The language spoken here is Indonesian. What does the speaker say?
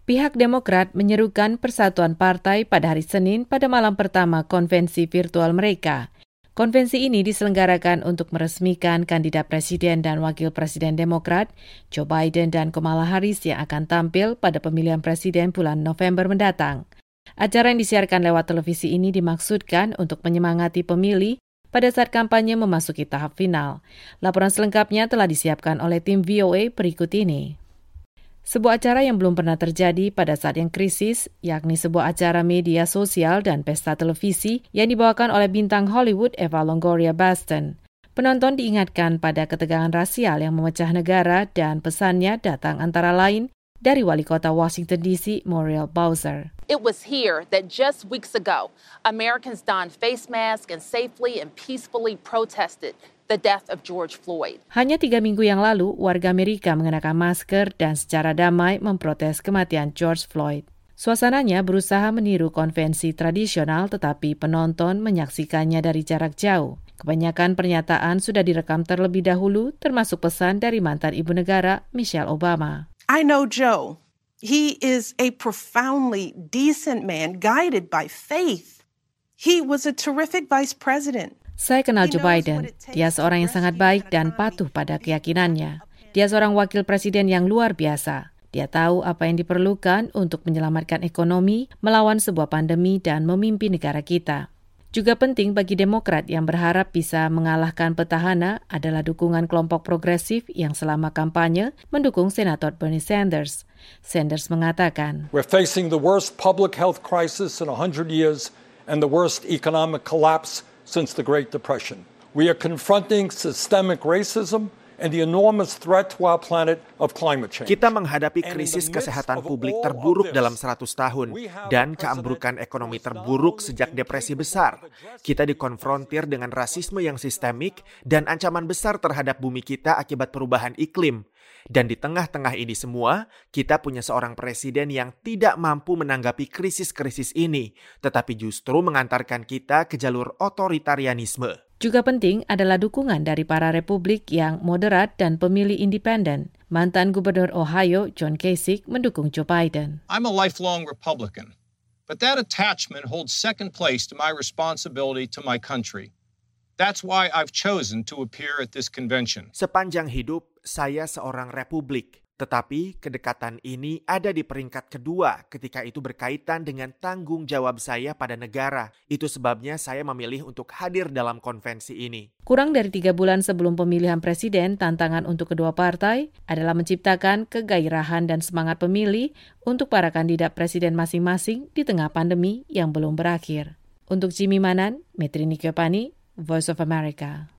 Pihak Demokrat menyerukan persatuan partai pada hari Senin pada malam pertama konvensi virtual mereka. Konvensi ini diselenggarakan untuk meresmikan kandidat presiden dan wakil presiden Demokrat, Joe Biden dan Kamala Harris yang akan tampil pada pemilihan presiden bulan November mendatang. Acara yang disiarkan lewat televisi ini dimaksudkan untuk menyemangati pemilih pada saat kampanye memasuki tahap final. Laporan selengkapnya telah disiapkan oleh tim VOA berikut ini. Sebuah acara yang belum pernah terjadi pada saat yang krisis, yakni sebuah acara media sosial dan pesta televisi yang dibawakan oleh bintang Hollywood Eva Longoria Baston. Penonton diingatkan pada ketegangan rasial yang memecah negara dan pesannya datang antara lain dari wali kota Washington DC, Muriel Bowser. It was here that just weeks ago, Americans donned face masks and safely and peacefully protested the death of George Floyd. Hanya 3 minggu yang lalu, warga Amerika mengenakan masker dan secara damai memprotes kematian George Floyd. Suasananya berusaha meniru konvensi tradisional, tetapi penonton menyaksikannya dari jarak jauh. Kebanyakan pernyataan sudah direkam terlebih dahulu, termasuk pesan dari mantan ibu negara Michelle Obama. I know Joe. He is a profoundly decent man, guided by faith. He was a terrific vice president. Saya kenal Joe Biden. Dia seorang yang sangat baik dan patuh pada keyakinannya. Dia seorang wakil presiden yang luar biasa. Dia tahu apa yang diperlukan untuk menyelamatkan ekonomi, melawan sebuah pandemi, dan memimpin negara kita. Juga penting bagi Demokrat yang berharap bisa mengalahkan petahana adalah dukungan kelompok progresif yang selama kampanye mendukung Senator Bernie Sanders. Sanders mengatakan, "We're facing the worst public health crisis in 100 years and the worst economic collapse since the Great Depression. We are confronting systemic racism and the enormous threat to our planet of climate change." Kita menghadapi krisis kesehatan publik terburuk dalam 100 tahun dan keambrukan ekonomi terburuk sejak depresi besar. Kita dikonfrontir dengan rasisme yang sistemik dan ancaman besar terhadap bumi kita akibat perubahan iklim. Dan di tengah-tengah ini semua, kita punya seorang presiden yang tidak mampu menanggapi krisis-krisis ini, tetapi justru mengantarkan kita ke jalur otoritarianisme. Juga penting adalah dukungan dari para Republik yang moderat dan pemilih independen. Mantan Gubernur Ohio, John Kasich, mendukung Joe Biden. I'm a lifelong Republican, but that attachment holds second place to my responsibility to my country. That's why I've chosen to appear at this convention. Sepanjang hidup, saya seorang Republik. Tetapi kedekatan ini ada di peringkat kedua ketika itu berkaitan dengan tanggung jawab saya pada negara. Itu sebabnya saya memilih untuk hadir dalam konvensi ini. Kurang dari 3 bulan sebelum pemilihan presiden, tantangan untuk kedua partai adalah menciptakan kegairahan dan semangat pemilih untuk para kandidat presiden masing-masing di tengah pandemi yang belum berakhir. Untuk Jimmy Manan, Metri Nikyopani, Voice of America.